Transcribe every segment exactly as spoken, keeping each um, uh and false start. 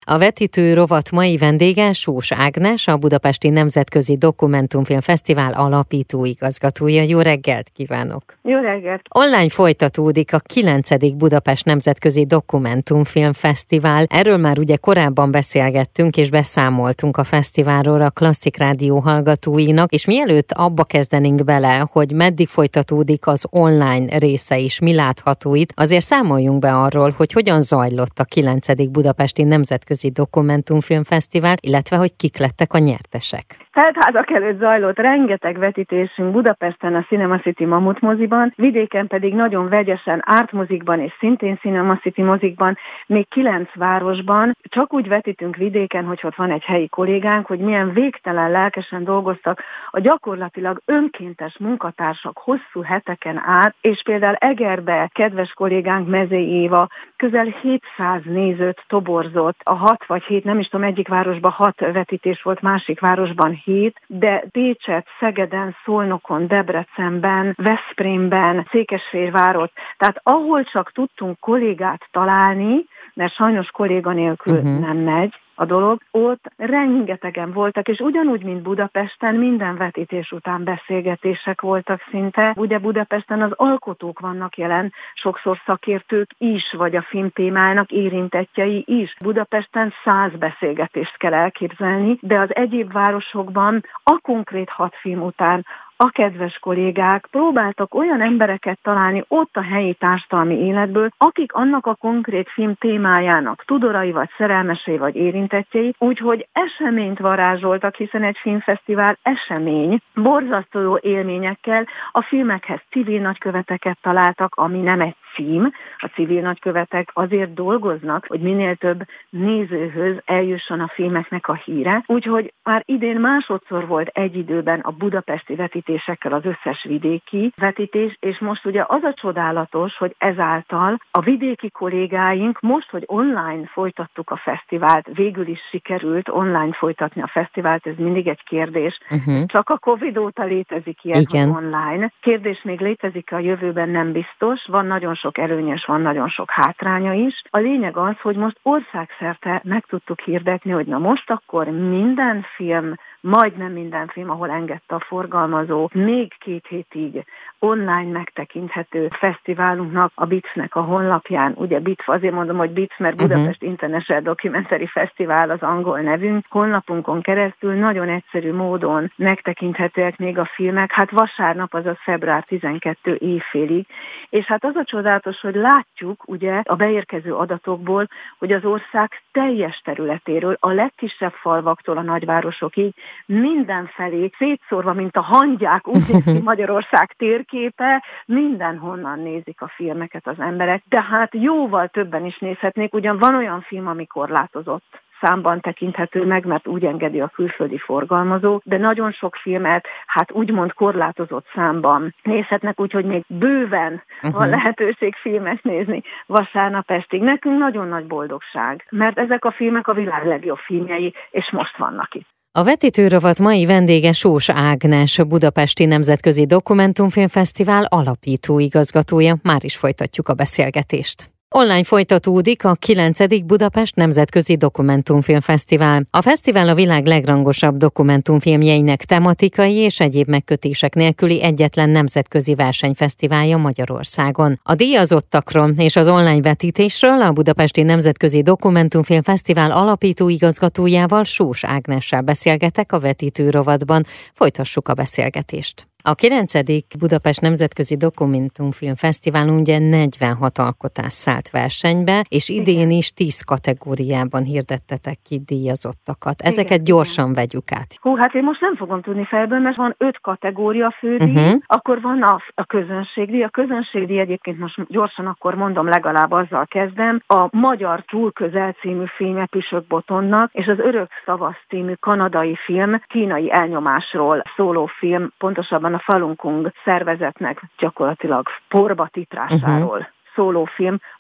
A vetítő rovat mai vendége Sós Ágnes, a Budapesti Nemzetközi Dokumentumfilm Fesztivál alapító igazgatója. Jó reggelt kívánok! Jó reggelt! Online folytatódik a kilencedik Budapest Nemzetközi Dokumentumfilm Fesztivál. Erről már ugye korábban beszélgettünk és beszámoltunk a fesztiválról a Klasszik Rádió hallgatóinak, és mielőtt abba kezdenénk bele, hogy meddig folytatódik az online része is, mi látható itt, azért számoljunk be arról, hogy hogyan zajlott a kilencedik Budapesti Nemzetközi Dokumentumfilm Fesztivál, illetve hogy kik lettek a nyertesek. Teltházak előtt zajlott rengeteg vetítésünk Budapesten a Cinema City Mamut moziban, vidéken pedig nagyon vegyesen Árt mozikban és szintén Cinema City mozikban, még kilenc városban. Csak úgy vetítünk vidéken, hogy ott van egy helyi kollégánk, hogy milyen végtelen lelkesen dolgoztak a gyakorlatilag önkéntes munkatársak hosszú heteken át, és például Egerbe kedves kollégánk Mezei Éva közel hétszáz nézőt toborzott, a hat vagy hét, nem is tudom, egyik városban hat vetítés volt, másik városban hét, de Pécset, Szegeden, Szolnokon, Debrecenben, Veszprémben, Székesfehérvárot, tehát ahol csak tudtunk kollégát találni, mert sajnos kolléga nélkül uh-huh. nem megy a dolog, ott rengetegen voltak, és ugyanúgy, mint Budapesten, minden vetítés után beszélgetések voltak szinte. Ugye Budapesten az alkotók vannak jelen, sokszor szakértők is, vagy a film témának érintettjei is. Budapesten száz beszélgetést kell elképzelni, de az egyéb városokban a konkrét hat film után a kedves kollégák próbáltak olyan embereket találni ott a helyi társadalmi életből, akik annak a konkrét film témájának tudorai, vagy szerelmesei, vagy érintettjei, úgyhogy eseményt varázsoltak, hiszen egy filmfesztivál esemény, borzasztó élményekkel, a filmekhez civil nagyköveteket találtak, ami nem egy cím. A civil nagykövetek azért dolgoznak, hogy minél több nézőhöz eljusson a filmeknek a híre. Úgyhogy már idén másodszor volt egy időben a budapesti vetítésekkel az összes vidéki vetítés, és most ugye az a csodálatos, hogy ezáltal a vidéki kollégáink most, hogy online folytattuk a fesztivált, végül is sikerült online folytatni a fesztivált, ez mindig egy kérdés. Uh-huh. Csak a Covid óta létezik ilyen, hogy online. Kérdés még létezik a jövőben, nem biztos. Van nagyon sok sok előnyös, van nagyon sok hátránya is. A lényeg az, hogy most országszerte meg tudtuk hirdetni, hogy na most akkor minden film, majdnem minden film, ahol engedte a forgalmazó, még két hétig online megtekinthető fesztiválunknak, a bé i té ef-nek a honlapján. Ugye bé i té ef, azért mondom, hogy bé i té ef, mert Budapest uh-huh. International Documentary Festival az angol nevünk. Honlapunkon keresztül nagyon egyszerű módon megtekinthetőek még a filmek. Hát vasárnap, azaz február tizenkettedike éjfélig. És hát az a csodálatos, hogy látjuk ugye a beérkező adatokból, hogy az ország teljes területéről, a legkisebb falvaktól a nagyvárosokig, mindenfelé szétszórva, mint a hangyák, úgy néz ki Magyarország térképe, mindenhonnan nézik a filmeket az emberek, de hát jóval többen is nézhetnék, ugyan van olyan film, ami korlátozott számban tekinthető meg, mert úgy engedi a külföldi forgalmazó, de nagyon sok filmet, hát úgymond korlátozott számban nézhetnek, úgyhogy még bőven uh-huh. van lehetőség filmet nézni vasárnap estig. Nekünk nagyon nagy boldogság, mert ezek a filmek a világ legjobb filmjei, és most vannak itt. A vetítőrovat mai vendége Sós Ágnes, Budapesti Nemzetközi Dokumentumfilm Fesztivál alapító igazgatója. Már is folytatjuk a beszélgetést. Online folytatódik a kilencedik Budapest Nemzetközi Dokumentumfilm Fesztivál. A fesztivál a világ legrangosabb dokumentumfilmjeinek tematikai és egyéb megkötések nélküli egyetlen nemzetközi versenyfesztiválja Magyarországon. A díjazottakról és az online vetítésről a Budapesti Nemzetközi Dokumentumfilm Fesztivál alapító igazgatójával, Sós Ágnessel beszélgetek a vetítő rovatban. Folytassuk a beszélgetést. A kilencedik Budapest Nemzetközi Dokumentumfilm Fesztivál ugye negyvenhat alkotás szállt versenybe, és idén is tíz kategóriában hirdettetek ki díjazottakat. Ezeket igen, gyorsan igen. vegyük át. Hú, hát én most nem fogom tudni fejből, mert van öt kategória fődíj, uh-huh. akkor van a, a közönségdíj. A közönségdíj egyébként most gyorsan akkor mondom, legalább azzal kezdem. A Magyar Túl közel című filmje Püsök Botonnak, és az Örök szavasz című kanadai film, kínai elnyomásról szóló film, pontosabban a Falun Gong szervezetnek gyakorlatilag porba titrásáról uh-huh. szóló film,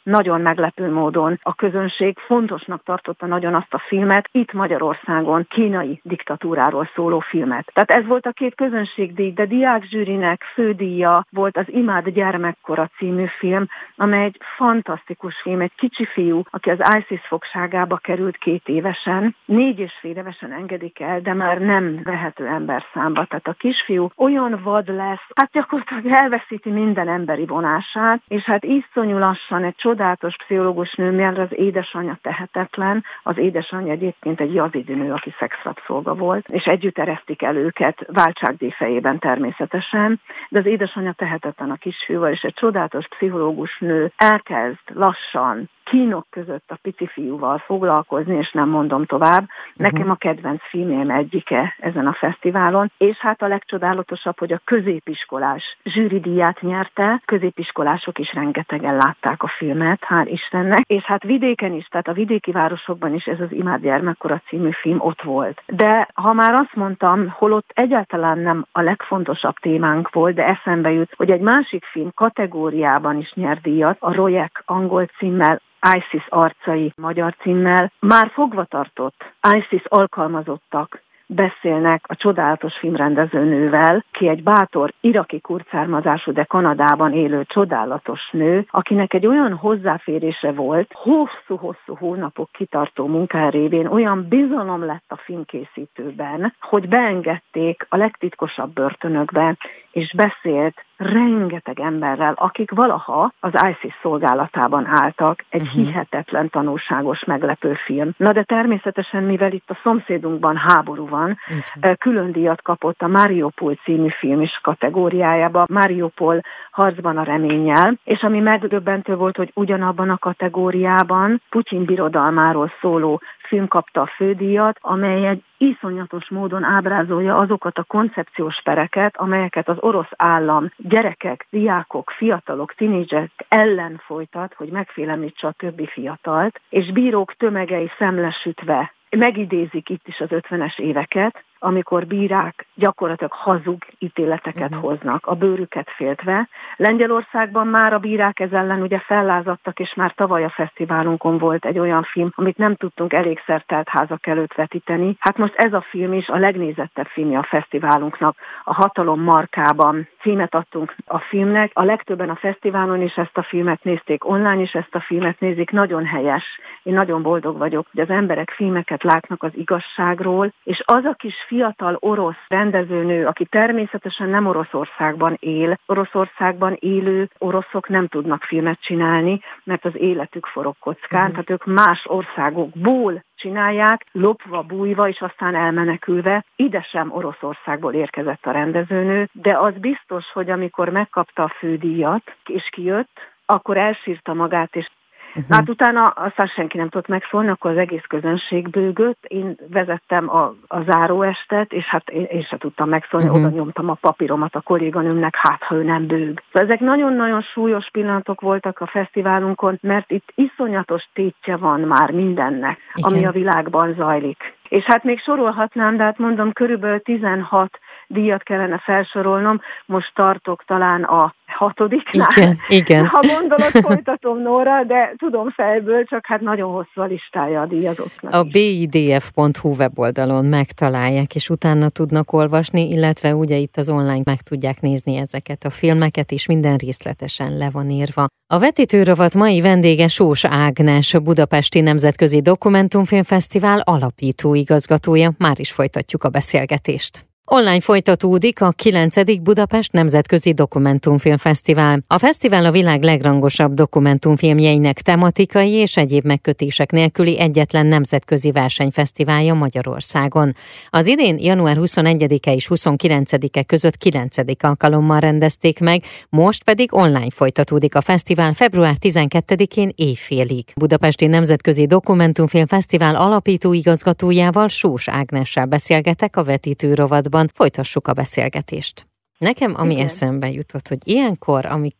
nagyon meglepő módon a közönség fontosnak tartotta nagyon azt a filmet, itt Magyarországon kínai diktatúráról szóló filmet. Tehát ez volt a két közönségdíj, de diákzsűrinek fődíja volt az Imád gyermekkora című film, amely egy fantasztikus film, egy kicsi fiú, aki az ISIS fogságába került két évesen, négy és fél évesen engedik el, de már nem vehető ember számba. Tehát a kisfiú olyan vad lesz, hát gyakorlatilag elveszíti minden emberi vonását, és hát iszonyú lassan egy csodálatos pszichológus nő, mert az édesanyja tehetetlen, az édesanyja egyébként egy yazidi nő, aki szexrabszolga volt, és együtt eresztik el őket váltságdíj fejében természetesen, de az édesanyja tehetetlen a kisfiúval, és egy csodálatos pszichológus nő elkezd lassan kínok között a pici fiúval foglalkozni, és nem mondom tovább. Nekem uh-huh. a kedvenc filmjeim egyike ezen a fesztiválon, és hát a legcsodálatosabb, hogy a középiskolás zsűridíját nyerte, középiskolások is rengetegen látták a filmet, hál' Istennek, és hát vidéken is, tehát a vidéki városokban is ez az Imád gyermekkora című film ott volt. De ha már azt mondtam, holott egyáltalán nem a legfontosabb témánk volt, de eszembe jut, hogy egy másik film kategóriában is nyert díjat, a Rojek angol címmel, ISIS arcai magyar címmel, már fogvatartott ISIS alkalmazottak beszélnek a csodálatos filmrendezőnővel, ki egy bátor iraki kurd származású, de Kanadában élő csodálatos nő, akinek egy olyan hozzáférése volt, hosszú-hosszú hónapok kitartó munkája révén olyan bizalom lett a filmkészítőben, hogy beengedték a legtitkosabb börtönökbe, és beszélt rengeteg emberrel, akik valaha az ISIS szolgálatában álltak. Egy uh-huh. hihetetlen, tanulságos, meglepő film. Na de természetesen, mivel itt a szomszédunkban háború van, uh-huh. külön díjat kapott a Mariupol című film is kategóriájába, Mariupol harcban a reménnyel, és ami megdöbbentő volt, hogy ugyanabban a kategóriában Putyin birodalmáról szóló film kapta a fődíjat, amely egy iszonyatos módon ábrázolja azokat a koncepciós pereket, amelyeket az orosz állam gyerekek, diákok, fiatalok, tinédzserek ellen folytat, hogy megfélemlítse a többi fiatalt, és bírók tömegei szemlesütve megidézik itt is az ötvenes éveket, amikor bírák gyakorlatilag hazug ítéleteket uh-huh. hoznak, a bőrüket féltve. Lengyelországban már a bírák ez ellen ugye fellázadtak, és már tavaly a fesztiválunkon volt egy olyan film, amit nem tudtunk elég szertelt házak előtt vetíteni. Hát most ez a film is a legnézettebb filmje a fesztiválunknak. A Hatalom markában címet adtunk a filmnek. A legtöbben a fesztiválon is ezt a filmet nézték, online is ezt a filmet nézik. Nagyon helyes. Én nagyon boldog vagyok, hogy az emberek filmeket látnak az igazságról, és az a kis fiatal orosz rendezőnő, aki természetesen nem Oroszországban él. Oroszországban élő oroszok nem tudnak filmet csinálni, mert az életük forog kockán, uh-huh. tehát ők más országokból csinálják, lopva, bújva, és aztán elmenekülve. Ide sem Oroszországból érkezett a rendezőnő, de az biztos, hogy amikor megkapta a fődíjat, és kijött, akkor elsírta magát, és Uh-huh. Hát utána aztán senki nem tudott megszólni, akkor az egész közönség bőgött. Én vezettem a, a záróestet, és hát én, én sem tudtam megszólni, uh-huh. oda nyomtam a papíromat a kolléganőmnek, hát ha ő nem bőg. Szóval ezek nagyon-nagyon súlyos pillanatok voltak a fesztiválunkon, mert itt iszonyatos tétje van már mindennek, igen. ami a világban zajlik. És hát még sorolhatnám, de hát mondom, körülbelül tizenhat díjat kellene felsorolnom, most tartok talán a hatodiknál. Igen, igen. Ha gondolod, folytatom, Nóra, de tudom fejből, csak hát nagyon hosszú a listája a díjazottnak. A bé i dé ef pont hú weboldalon megtalálják, és utána tudnak olvasni, illetve ugye itt az online meg tudják nézni ezeket a filmeket, és minden részletesen le van írva. A vetítőrovat mai vendége Sós Ágnes, a Budapesti Nemzetközi Dokumentumfilmfesztivál alapító igazgatója. Már is folytatjuk a beszélgetést. Online folytatódik a kilencedik Budapest Nemzetközi Dokumentumfilmfesztivál. A fesztivál a világ legrangosabb dokumentumfilmjeinek tematikai és egyéb megkötések nélküli egyetlen nemzetközi versenyfesztiválja Magyarországon. Az idén január huszonegyedike és huszonkilencedike között kilencedik alkalommal rendezték meg, most pedig online folytatódik a fesztivál február tizenkettedikén éjfélig. Budapesti Nemzetközi Dokumentumfilmfesztivál alapító igazgatójával, Sós Ágnessel beszélgetek a vetítőrovatban. Folytassuk a beszélgetést. Nekem, ami Igen. eszembe jutott, hogy ilyenkor, amikor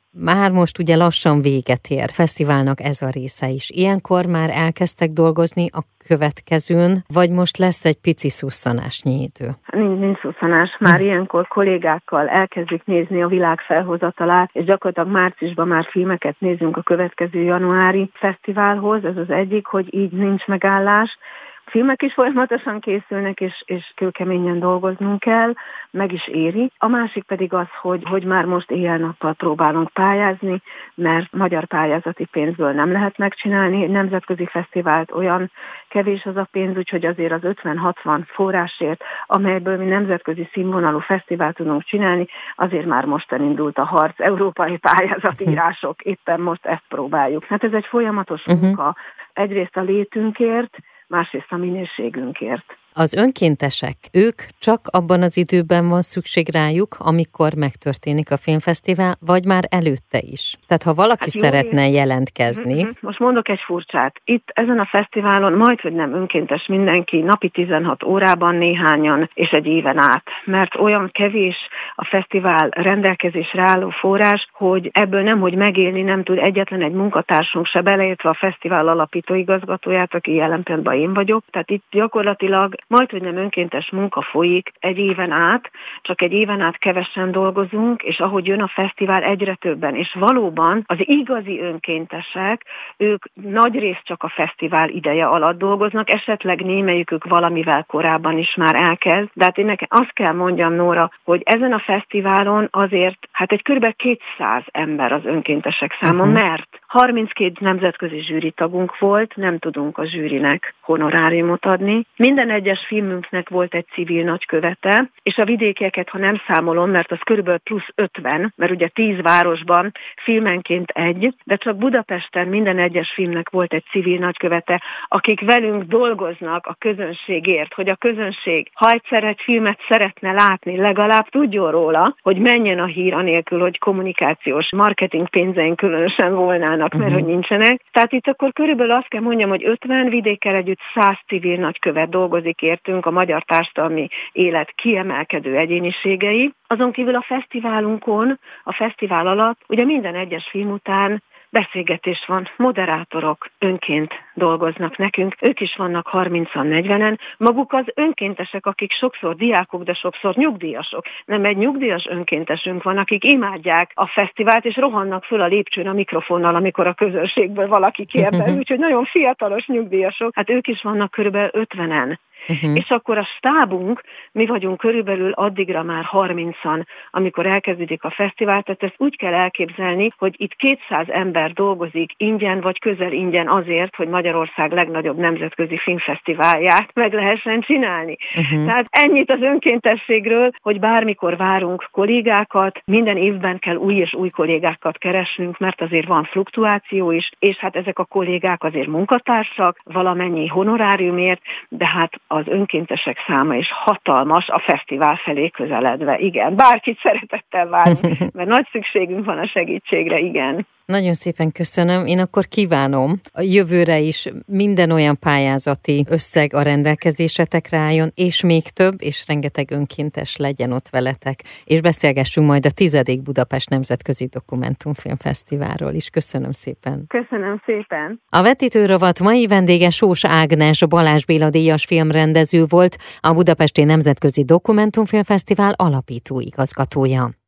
Már most ugye lassan véget ér fesztiválnak ez a része is. Ilyenkor már elkezdtek dolgozni a következőn, vagy most lesz egy pici szusszanásnyi idő? Nincs, nincs szusszanás. Már ilyenkor kollégákkal elkezdjük nézni a világ felhozatalát, és gyakorlatilag márciusban már filmeket nézünk a következő januári fesztiválhoz. Ez az egyik, hogy így nincs megállás. Filmek is folyamatosan készülnek, és, és kőkeményen dolgoznunk kell, meg is éri. A másik pedig az, hogy, hogy már most éjjel-nappal próbálunk pályázni, mert magyar pályázati pénzből nem lehet megcsinálni. Egy nemzetközi fesztivált olyan kevés az a pénz, úgyhogy azért az ötven-hatvan forrásért, amelyből mi nemzetközi színvonalú fesztivált tudunk csinálni, azért már most elindult a harc. Európai pályázatírások, éppen most ezt próbáljuk. Hát ez egy folyamatos munka. Egyrészt a létünkért, másrészt a minőségünkért. Az önkéntesek, ők csak abban az időben van szükség rájuk, amikor megtörténik a filmfesztivál, vagy már előtte is? Tehát ha valaki hát szeretne jó, jelentkezni... Most mondok egy furcsát. Itt ezen a fesztiválon majdhogy nem önkéntes mindenki, napi tizenhat órában néhányan, és egy éven át. Mert olyan kevés a fesztivál rendelkezésre álló forrás, hogy ebből nemhogy megélni nem tud egyetlen egy munkatársunk se, beleértve a fesztivál alapító igazgatóját, aki jelen pillanatban én vagyok. Tehát itt gyakorlatilag majdhogy nem önkéntes munka folyik egy éven át, csak egy éven át kevesen dolgozunk, és ahogy jön a fesztivál, egyre többen. És valóban az igazi önkéntesek, ők nagyrészt csak a fesztivál ideje alatt dolgoznak, esetleg némelyikük valamivel korábban is már elkezd. De hát én nekem azt kell mondjam, Nóra, hogy ezen a fesztiválon azért hát egy kb. kétszáz ember az önkéntesek száma, uh-huh. mert harminckét nemzetközi zsűritagunk volt, nem tudunk a zsűrinek honoráriumot adni. Minden egyes filmünknek volt egy civil nagykövete, és a vidékieket, ha nem számolom, mert az körülbelül plusz ötven, mert ugye tíz városban filmenként egy, de csak Budapesten minden egyes filmnek volt egy civil nagykövete, akik velünk dolgoznak a közönségért, hogy a közönség, ha egyszer egy filmet szeretne látni, legalább tudjon róla, hogy menjen a hír anélkül, hogy kommunikációs marketing pénzeink különösen volnának, mert uh-huh. hogy nincsenek. Tehát itt akkor körülbelül azt kell mondjam, hogy ötven vidékkel együtt száz civil nagykövet dolgozik értünk, a magyar társadalmi élet kiemelkedő egyéniségei. Azon kívül a fesztiválunkon, a fesztivál alatt ugye minden egyes film után beszélgetés van, moderátorok önként dolgoznak nekünk, ők is vannak harmincan, negyvenen, maguk az önkéntesek, akik sokszor diákok, de sokszor nyugdíjasok. Nem egy nyugdíjas önkéntesünk van, akik imádják a fesztivált, és rohannak föl a lépcsőn a mikrofonnal, amikor a közönségből valaki kérdez, úgyhogy nagyon fiatalos nyugdíjasok, hát ők is vannak körülbelül ötvenen. Uh-huh. És akkor a stábunk, mi vagyunk körülbelül addigra már harmincan, amikor elkezdődik a fesztivál, tehát ezt úgy kell elképzelni, hogy itt kétszáz ember dolgozik ingyen vagy közel ingyen azért, hogy Magyarország legnagyobb nemzetközi filmfesztiválját meg lehessen csinálni. Uh-huh. Tehát ennyit az önkéntességről, hogy bármikor várunk kollégákat, minden évben kell új és új kollégákat keresnünk, mert azért van fluktuáció is, és hát ezek a kollégák azért munkatársak, valamennyi honoráriumért, de hát az önkéntesek száma is hatalmas a fesztivál felé közeledve. Igen, bárkit szeretettel várunk, mert nagy szükségünk van a segítségre, igen. Nagyon szépen köszönöm. Én akkor kívánom a jövőre is minden olyan pályázati összeg a rendelkezésetekre álljon, és még több, és rengeteg önkéntes legyen ott veletek. És beszélgessünk majd a tizedik Budapest Nemzetközi Dokumentumfilmfesztiválról is. Köszönöm szépen. Köszönöm szépen. A vetítőrovat mai vendége Sós Ágnes, Balázs Béla díjas filmrendező volt, a Budapesti Nemzetközi Dokumentumfilmfesztivál alapító igazgatója.